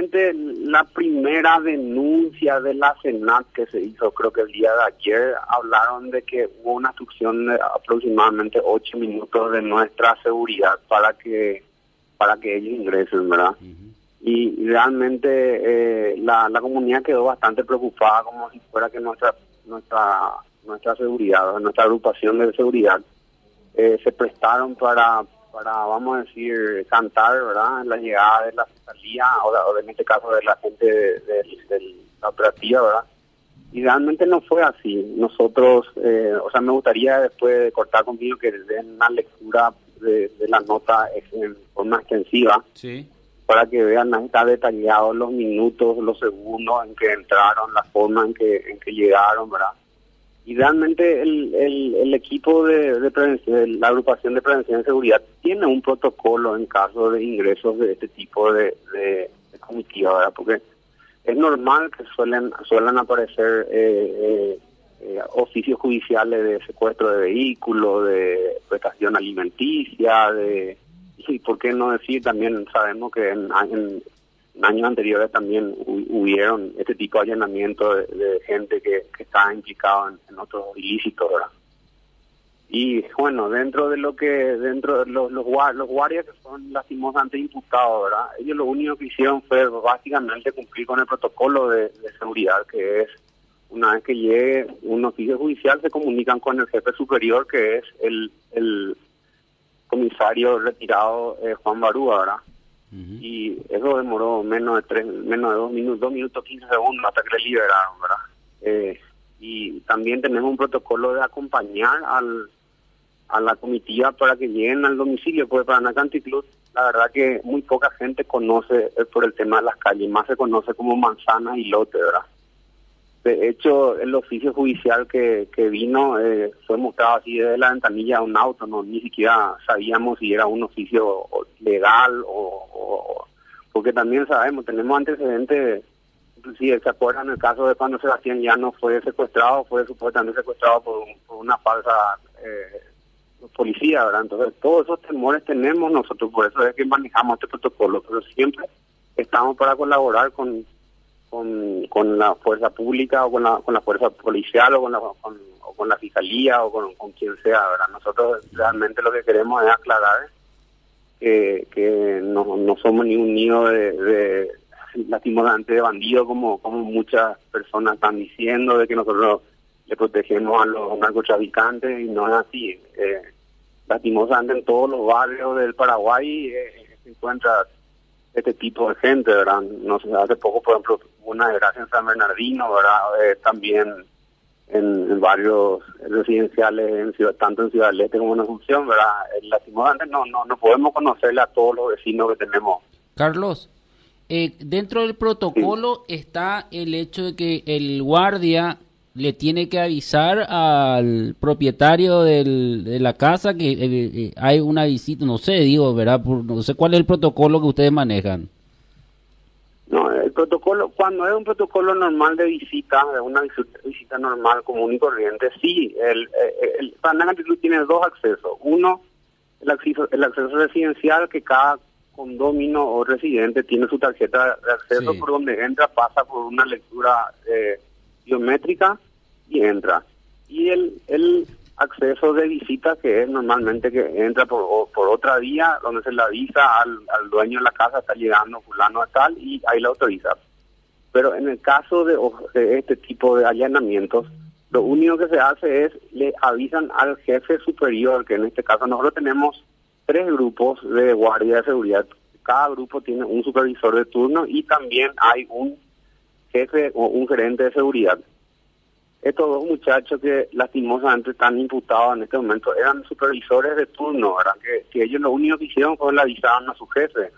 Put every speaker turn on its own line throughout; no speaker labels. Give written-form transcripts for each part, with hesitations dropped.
realmente la primera denuncia de la Senat que se hizo, creo que el día de ayer, hablaron de que hubo una obstrucción de aproximadamente 8 minutos de nuestra seguridad para que ellos ingresen, ¿verdad? Y realmente la comunidad quedó bastante preocupada, como si fuera que nuestra seguridad, nuestra agrupación de seguridad, se prestaron para, vamos a decir, cantar, ¿verdad?, en la llegada de la fiscalía, o en este caso de la gente de la operativa, ¿verdad? Y realmente no fue así. Nosotros, me gustaría después de cortar conmigo que den una lectura de la nota en forma extensiva, sí, para que vean, está detallado los minutos, los segundos en que entraron, la forma en que llegaron, ¿verdad? Y realmente el equipo de prevención, de la agrupación de prevención y seguridad, tiene un protocolo en caso de ingresos de este tipo de comitiva, ¿verdad? Porque es normal que suelen aparecer oficios judiciales de secuestro de vehículos, de prestación alimenticia, y por qué no decir, también sabemos que en años anteriores también hubieron este tipo de allanamiento de gente que estaba implicado en otros ilícitos, ¿verdad? Y bueno, dentro de los guardias que son lastimosamente imputados, ¿verdad?, ellos lo único que hicieron fue básicamente cumplir con el protocolo de seguridad, que es, una vez que llegue un oficio judicial, se comunican con el jefe superior, que es el comisario retirado Juan Barúa, ¿verdad? Y eso demoró menos de 2 minutos 15 segundos hasta que le liberaron, ¿verdad? Y también tenemos un protocolo de acompañar a la comitiva para que lleguen al domicilio, porque para Nacanticluz la verdad que muy poca gente conoce por el tema de las calles, más se conoce como Manzanas y Lote, ¿verdad? De hecho, el oficio judicial que vino fue mostrado así desde la ventanilla de un auto, no, ni siquiera sabíamos si era un oficio legal o porque también sabemos, tenemos antecedentes, inclusive se acuerdan el caso de cuando Sebastián Llano fue supuestamente secuestrado por una falsa policía, ¿verdad? Entonces todos esos temores tenemos nosotros, por eso es que manejamos este protocolo, pero siempre estamos para colaborar con la fuerza pública o con la fuerza policial o con la fiscalía o con quien sea, ¿verdad? Nosotros realmente lo que queremos es aclarar que no somos ni un nido de lastimosamente de bandidos como muchas personas están diciendo, de que nosotros le protegemos a los narcotraficantes, y no es así. Lastimosamente en todos los barrios del Paraguay se encuentra este tipo de gente, ¿verdad? No sé, hace poco, por ejemplo, una desgracia en San Bernardino, ¿verdad? También en barrios residenciales, tanto en Ciudad del Este como en Asunción, ¿verdad? Lastimosamente no podemos conocerle a todos los vecinos que tenemos.
Carlos, dentro del protocolo está el hecho de que el guardia le tiene que avisar al propietario de la casa que hay una visita, no sé, ¿verdad? No sé cuál es el protocolo que ustedes manejan.
No, el protocolo, cuando es un protocolo normal de visita, de una visita normal, común y corriente, sí, el Nacanticluz tiene dos accesos. Uno, el acceso residencial, que cada condominio o residente tiene su tarjeta de acceso, sí, por donde entra, pasa por una lectura biométrica y entra. Y el acceso de visita, que es normalmente que entra por otra vía, donde se le avisa al dueño de la casa, está llegando fulano a tal, y ahí la autoriza. Pero en el caso de este tipo de allanamientos, lo único que se hace es, le avisan al jefe superior, que en este caso nosotros tenemos 3 grupos de guardia de seguridad. Cada grupo tiene un supervisor de turno y también hay un jefe o un gerente de seguridad. Estos 2 muchachos que lastimosamente están imputados en este momento eran supervisores de turno, ¿verdad? Que ellos lo único que hicieron fue le avisaron a su jefe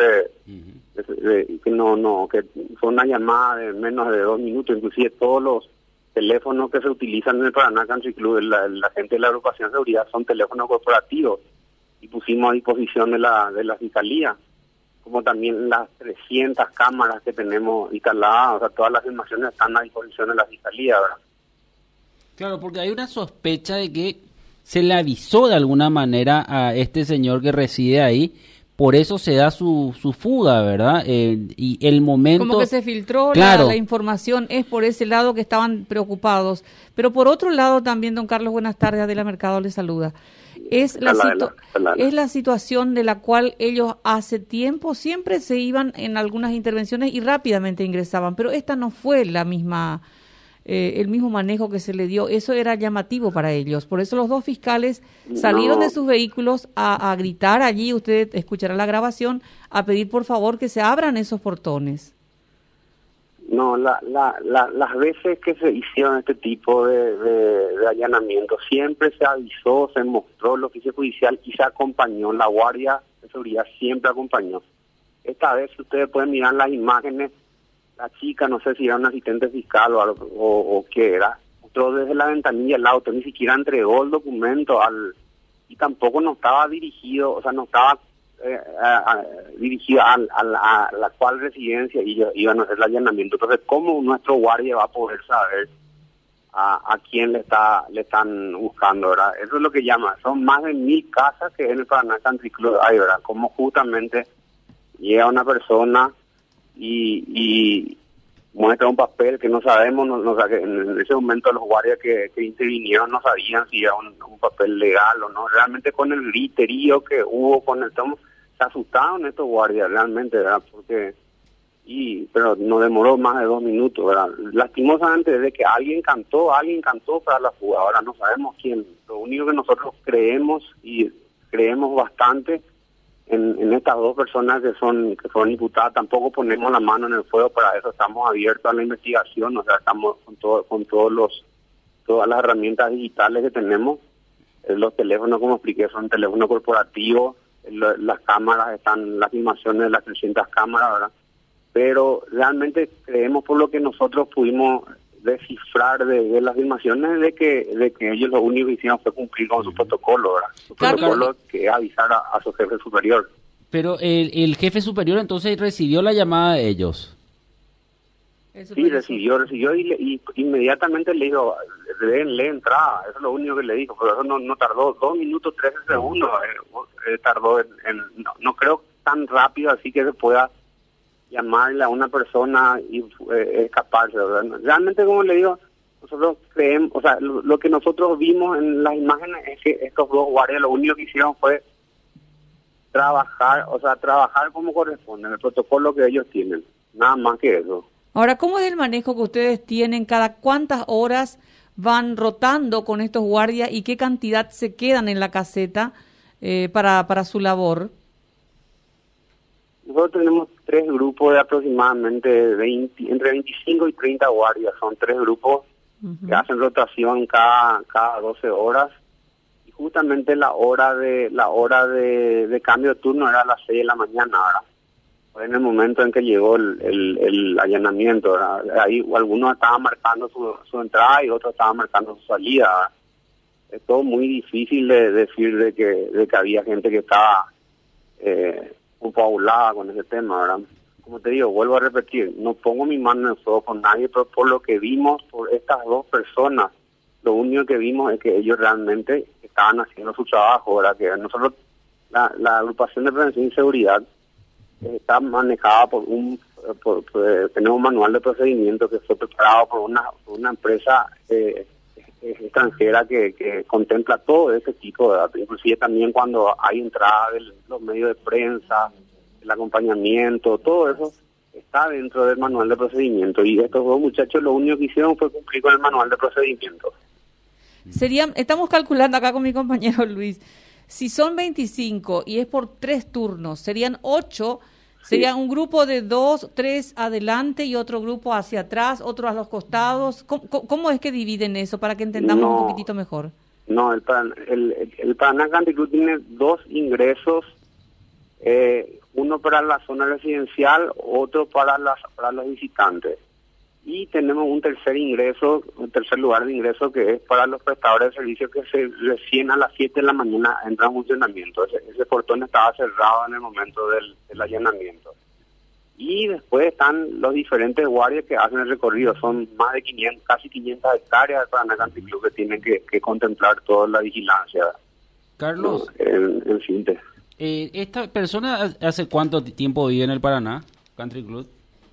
que fue una llamada de menos de 2 minutos. Inclusive todos los teléfonos que se utilizan en el Paraná Country Club, la gente de la agrupación de seguridad, son teléfonos corporativos, y pusimos a disposición de la fiscalía, como también las 300 cámaras que tenemos instaladas. O sea, todas las filmaciones están a disposición de la fiscalía, ¿verdad?
Claro, porque hay una sospecha de que se le avisó de alguna manera a este señor que reside ahí, por eso se da su fuga, ¿verdad? Y el momento...
Como que se filtró
claro.
la información, es por ese lado que estaban preocupados. Pero por otro lado también, don Carlos, buenas tardes, Adela Mercado le saluda. Es la situación de la cual ellos hace tiempo siempre se iban en algunas intervenciones y rápidamente ingresaban, pero esta no fue la misma... el mismo manejo que se le dio, eso era llamativo para ellos. Por eso los dos fiscales salieron de sus vehículos a gritar allí, usted escuchará la grabación, a pedir por favor que se abran esos portones.
No, las veces que se hicieron este tipo de allanamientos, siempre se avisó, se mostró el oficio judicial y se acompañó, la guardia de seguridad siempre acompañó. Esta vez, si ustedes pueden mirar las imágenes, la chica, no sé si era un asistente fiscal o algo, o qué era, entró desde la ventanilla del auto, ni siquiera entregó el documento y tampoco no estaba dirigido, o sea, no estaba dirigido a la cual residencia y iban a hacer el allanamiento. Entonces, ¿cómo nuestro guardia va a poder saber a quién le están buscando, verdad? Eso es lo que llama, son más de 1,000 casas que en el Paraná Country Club hay, ¿verdad? Como justamente llega una persona y muestra un papel que no sabemos, en ese momento los guardias que intervinieron no sabían si era un papel legal o no. Realmente con el griterío que hubo con el tomo, se asustaron estos guardias realmente, ¿verdad? Pero no demoró más de 2 minutos, ¿verdad? Lastimosamente desde que alguien cantó para la fuga. Ahora no sabemos quién. Lo único que nosotros creemos y creemos bastante en estas dos personas que fueron imputadas, tampoco ponemos la mano en el fuego, para eso estamos abiertos a la investigación, o sea, estamos con todas las herramientas digitales que tenemos. Los teléfonos, como expliqué, son teléfonos corporativos, las cámaras las filmaciones de las 300 cámaras, ¿verdad? Pero realmente creemos, por lo que nosotros pudimos descifrar de las filmaciones, de que ellos lo único que hicieron fue cumplir con su protocolo, ¿verdad? Su protocolo, que es avisar a su jefe superior.
Pero el jefe superior entonces recibió la llamada de ellos.
Sí, recibió y inmediatamente le dijo, denle entrada, eso es lo único que le dijo, pero eso no tardó 2 minutos 13 segundos, tardó no creo tan rápido así que se pueda llamarle a una persona y escaparse, ¿verdad? Realmente, como le digo, nosotros creemos, o sea, lo que nosotros vimos en las imágenes es que estos dos guardias lo único que hicieron fue trabajar como corresponde, en el protocolo que ellos tienen, nada más que eso.
Ahora, ¿cómo es el manejo que ustedes tienen? ¿Cada cuántas horas van rotando con estos guardias y qué cantidad se quedan en la caseta para su labor?
Nosotros tenemos 3 grupos de aproximadamente entre 25 y 30 guardias. Son 3 grupos que hacen rotación cada 12 horas. Y justamente la hora de cambio de turno era a las 6 de la mañana, ¿verdad? Fue en el momento en que llegó el allanamiento, ¿verdad? Ahí algunos estaban marcando su entrada y otros estaban marcando su salida, ¿verdad? Es todo muy difícil de decir de que había gente que estaba un poco aulada con ese tema, ¿verdad? Como te digo, vuelvo a repetir, no pongo mi mano en el fuego con nadie, pero por lo que vimos, por estas dos personas, lo único que vimos es que ellos realmente estaban haciendo su trabajo, ¿verdad? Que nosotros, la agrupación de prevención y seguridad está manejada tenemos un manual de procedimiento que fue preparado por una empresa extranjera que contempla todo ese tipo de datos, inclusive también cuando hay entrada de los medios de prensa, el acompañamiento, todo eso está dentro del manual de procedimiento, y estos dos muchachos lo único que hicieron fue cumplir con el manual de procedimiento.
Estamos calculando acá con mi compañero Luis, si son 25 y es por 3 turnos, serían 8. Sería un grupo de 2, 3 adelante y otro grupo hacia atrás, otro a los costados. ¿Cómo es que dividen eso para que entendamos un poquitito mejor?
No, el Paraná Country Club tiene 2 ingresos, uno para la zona residencial, otro para los visitantes. Y tenemos un tercer lugar de ingreso que es para los prestadores de servicios que recién a las 7 de la mañana entran en funcionamiento. Ese portón estaba cerrado en el momento del allanamiento. Y después están los diferentes guardias que hacen el recorrido. Son más de casi 500 hectáreas de Paraná Country Club que tienen que contemplar toda la vigilancia.
Carlos.
En síntesis.
¿Esta persona hace cuánto tiempo vive en el Paraná Country Club?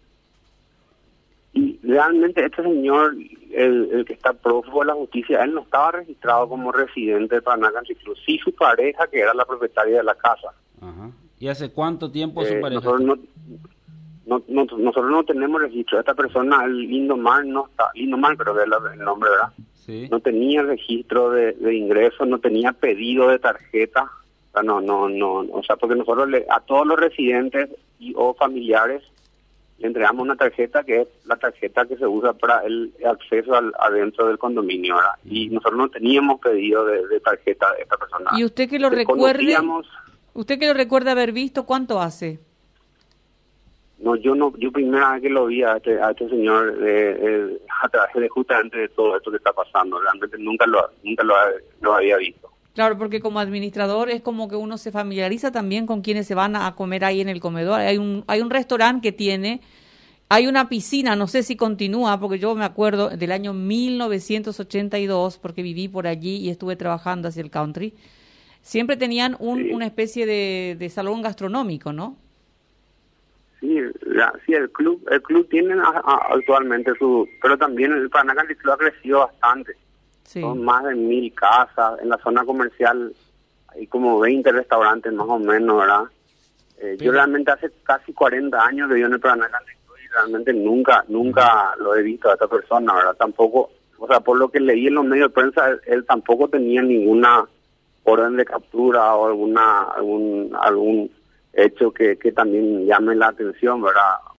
Y realmente este señor, el que está prófugo de la justicia, él no estaba registrado como residente de Paraná Country Club. Sí, su pareja, que era la propietaria de la casa.
Ajá. ¿Y hace cuánto tiempo su pareja?
Nosotros no tenemos registro. Esta persona, el Lindomar, no está. Lindomar creo que es el nombre, ¿verdad?
Sí.
No tenía registro de ingresos, no tenía pedido de tarjeta. O sea, o sea, porque nosotros a todos los residentes o familiares le entregamos una tarjeta que es la tarjeta que se usa para el acceso adentro del condominio, ¿verdad? Y nosotros no teníamos pedido de tarjeta de esta persona.
¿Y usted que lo recuerde? ¿Usted que lo recuerda haber visto? ¿Cuánto hace?
No, yo primera vez que lo vi a este señor a través de justamente de todo esto que está pasando. Realmente nunca lo había visto.
Claro, porque como administrador es como que uno se familiariza también con quienes se van a comer ahí en el comedor. Hay un restaurante que hay una piscina, no sé si continúa, porque yo me acuerdo del año 1982, porque viví por allí y estuve trabajando hacia el country. Siempre tenían una especie de salón gastronómico, ¿no?
Sí, el club tiene actualmente pero también el Paraná Country Club ha crecido bastante. Sí. Son más de 1,000 casas. En la zona comercial hay como 20 restaurantes más o menos, ¿verdad? Yo realmente hace casi 40 años que vivo en el Paraná Country Club y realmente nunca lo he visto a esta persona, ¿verdad? Tampoco, o sea, por lo que leí en los medios de prensa, él tampoco tenía ninguna orden de captura o algún hecho que también llame la atención, ¿verdad?